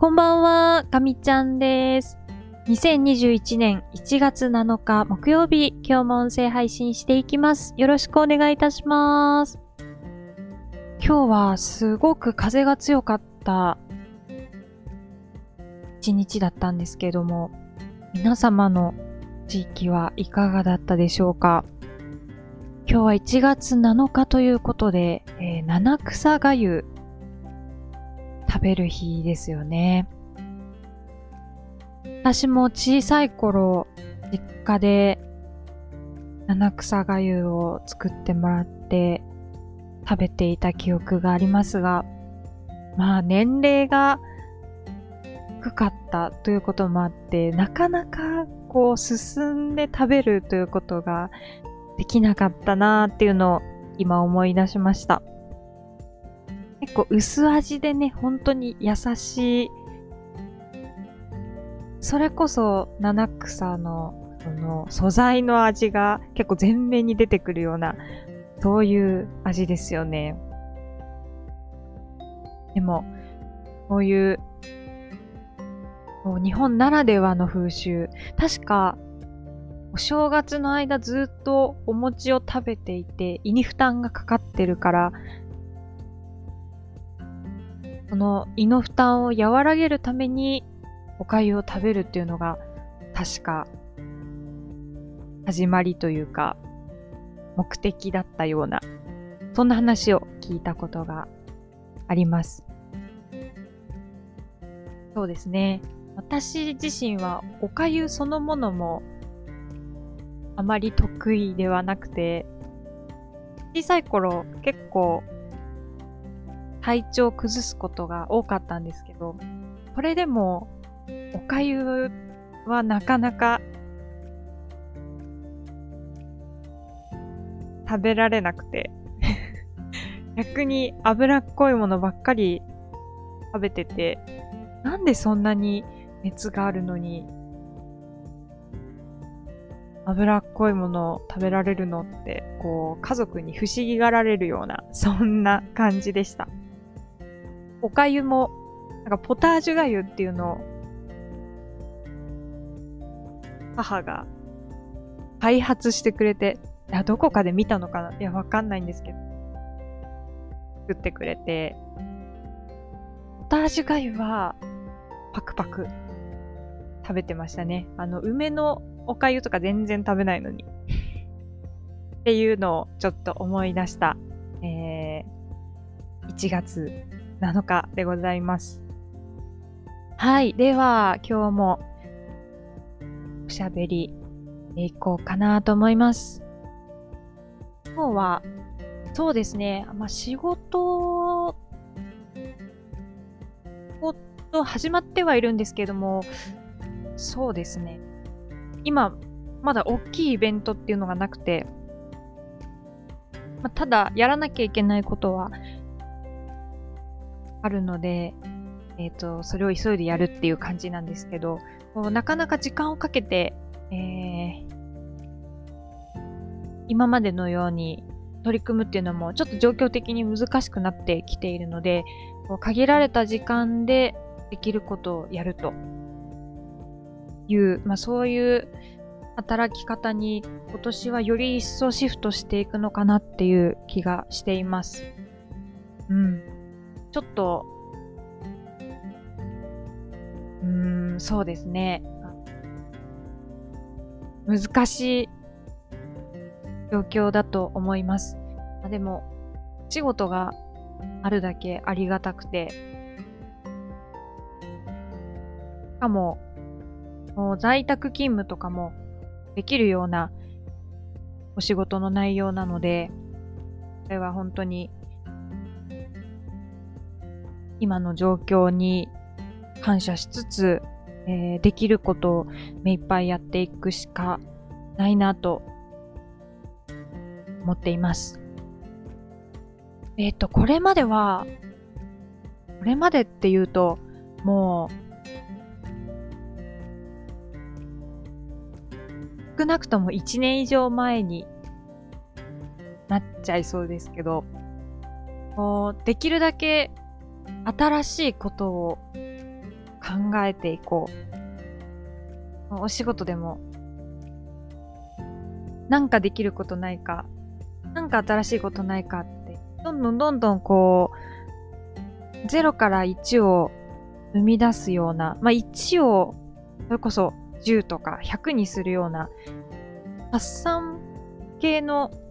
こんばんは、かみちゃんです。2021年1月7日木曜日、今日も音声配信していきます。よろしくお願いいたします。今日はすごく風が強かった一日だったんですけども、皆様の地域はいかがだったでしょうか。今日は1月7日ということで、七草がゆ食べる日ですよね。私も小さい頃、実家で七草がゆを作ってもらって食べていた記憶がありますが、年齢が低かったということもあって、なかなか進んで食べるということができなかったなーっていうのを今思い出しました。結構薄味でね、本当に優しい。それこそ七草のその素材の味が結構前面に出てくるような、そういう味ですよね。でも、こういうもう日本ならではの風習、確かお正月の間ずっとお餅を食べていて胃に負担がかかってるから、その胃の負担を和らげるためにお粥を食べるっていうのが確か始まりというか目的だったような、そんな話を聞いたことがあります。そうですね。私自身はお粥そのものもあまり得意ではなくて、小さい頃結構体調を崩すことが多かったんですけど、それでもお粥はなかなか食べられなくて逆に脂っこいものばっかり食べてて、なんでそんなに熱があるのに脂っこいものを食べられるのって家族に不思議がられるような、そんな感じでした。お粥もなんかポタージュ粥っていうのを母が開発してくれて、どこかで見たのかな、わかんないんですけど、作ってくれて、ポタージュ粥はパクパク食べてましたね。梅のお粥とか全然食べないのにっていうのをちょっと思い出した、1月7日でございます。はい。では、今日もおしゃべりでいこうかなと思います。今日は、そうですね。仕事と始まってはいるんですけども、そうですね。今、まだ大きいイベントっていうのがなくて、ただやらなきゃいけないことはあるので、それを急いでやるっていう感じなんですけど、なかなか時間をかけて、今までのように取り組むっていうのもちょっと状況的に難しくなってきているので、限られた時間でできることをやるという、そういう働き方に今年はより一層シフトしていくのかなっていう気がしています。ちょっと、そうですね。難しい状況だと思います。でも、仕事があるだけありがたくて、しかも、在宅勤務とかもできるようなお仕事の内容なので、これは本当に今の状況に感謝しつつ、できることを目いっぱいやっていくしかないなと思っています。これまでっていうと、もう、少なくとも1年以上前になっちゃいそうですけど、できるだけ新しいことを考えていこう。お仕事でも、なんかできることないか、なんか新しいことないかって、どんどんこう、0から1を生み出すような、1を、それこそ10とか100にするような、発散系の思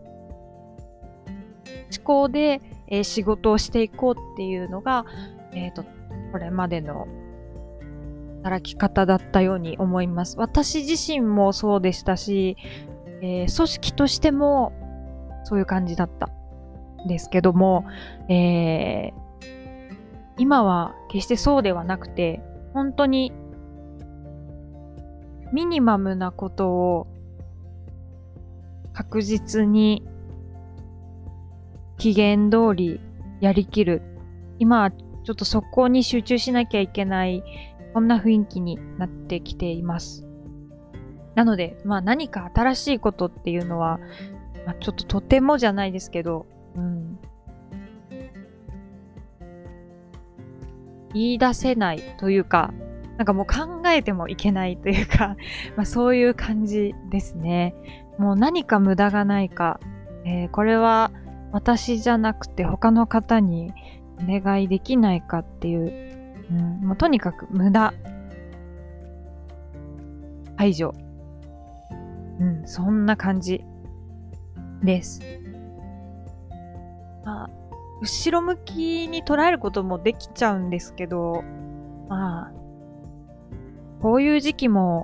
考で、仕事をしていこうっていうのが、これまでの働き方だったように思います。私自身もそうでしたし、組織としてもそういう感じだったんですけども、今は決してそうではなくて、本当にミニマムなことを確実に期限通りやりきる。今はちょっとそこに集中しなきゃいけない、そんな雰囲気になってきています。なので、何か新しいことっていうのは、ちょっととてもじゃないですけど、言い出せないというか、なんかもう考えてもいけないというか、そういう感じですね。もう何か無駄がないか、これは私じゃなくて他の方にお願いできないかっていう、もうとにかく無駄排除、そんな感じです。後ろ向きに捉えることもできちゃうんですけど、こういう時期も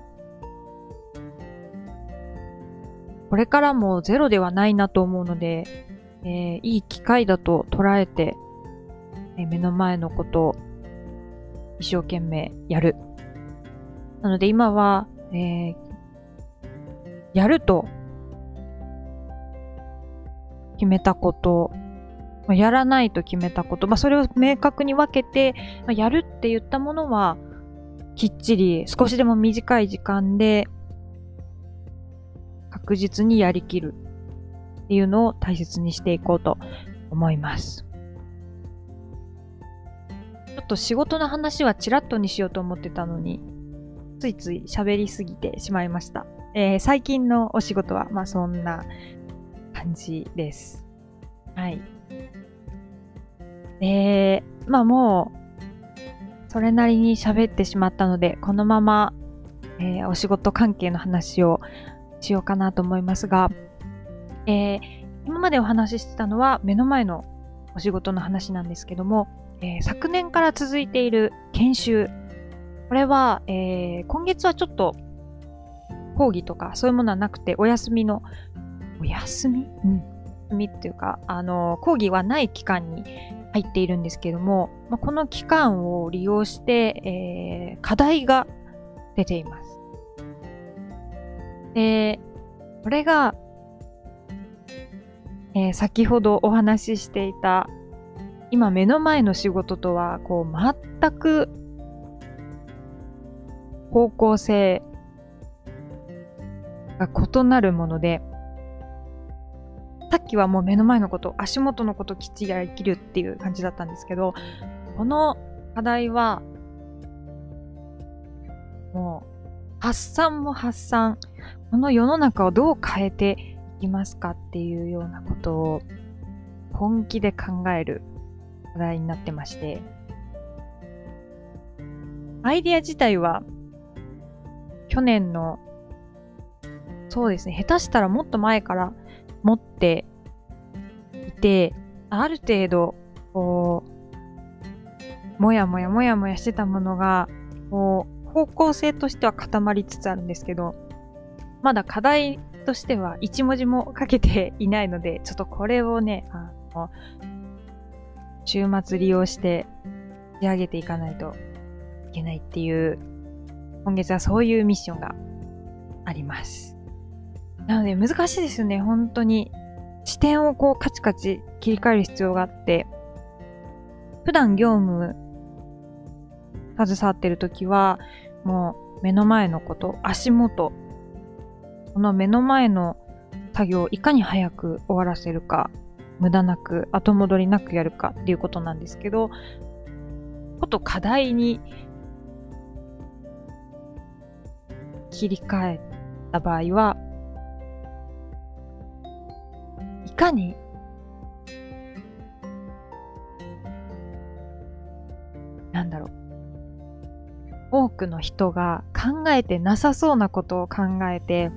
これからもゼロではないなと思うので、いい機会だと捉えて、目の前のことを一生懸命やる。なので今は、やると決めたこと、やらないと決めたこと、それを明確に分けて、やるって言ったものはきっちり少しでも短い時間で確実にやりきるっていうのを大切にしていこうと思います。ちょっと仕事の話はちらっとにしようと思ってたのに、ついつい喋りすぎてしまいました。最近のお仕事はそんな感じです。はい。もうそれなりに喋ってしまったので、このまま、お仕事関係の話をしようかなと思いますが、今までお話ししてたのは目の前のお仕事の話なんですけども、昨年から続いている研修、これは、今月はちょっと講義とかそういうものはなくてお休みっていうか、講義はない期間に入っているんですけども、この期間を利用して、課題が出ています。これが、先ほどお話ししていた今目の前の仕事とは全く方向性が異なるもので、さっきはもう目の前のこと、足元のことをきっちりやりきるっていう感じだったんですけど、この課題はもう発散、この世の中をどう変えていきますかっていうようなことを本気で考える課題になってまして、アイディア自体は去年のそうですね、下手したらもっと前から持っていて、ある程度もやもやしてたものが方向性としては固まりつつあるんですけど、まだ課題としては一文字も書けていないので、ちょっとこれをね、週末利用して仕上げていかないといけないっていう、今月はそういうミッションがあります。なので難しいですよね、本当に。視点をカチカチ切り替える必要があって、普段業務携わってるときは、もう目の前のこと、足元、この目の前の作業をいかに早く終わらせるか、無駄なく後戻りなくやるかっていうことなんですけど、課題に切り替えた場合は、いかに多くの人が考えてなさそうなことを考えて、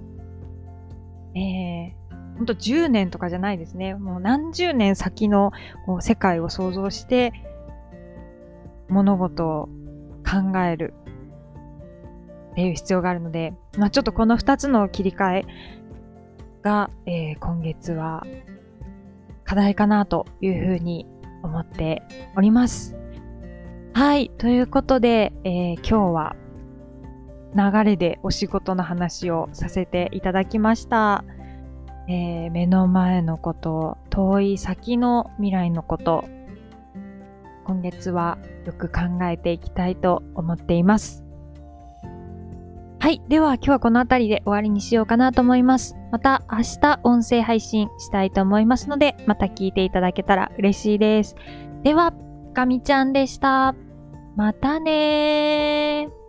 ほんと10年とかじゃないですね。もう何十年先の世界を想像して物事を考えるっていう必要があるので、ちょっとこの2つの切り替えが、今月は課題かなというふうに思っております。はい。ということで、今日は流れでお仕事の話をさせていただきました。目の前のこと、遠い先の未来のこと、今月はよく考えていきたいと思っています。はい。では今日はこの辺りで終わりにしようかなと思います。また明日音声配信したいと思いますので、また聞いていただけたら嬉しいです。では、かみちゃんでした。またねー。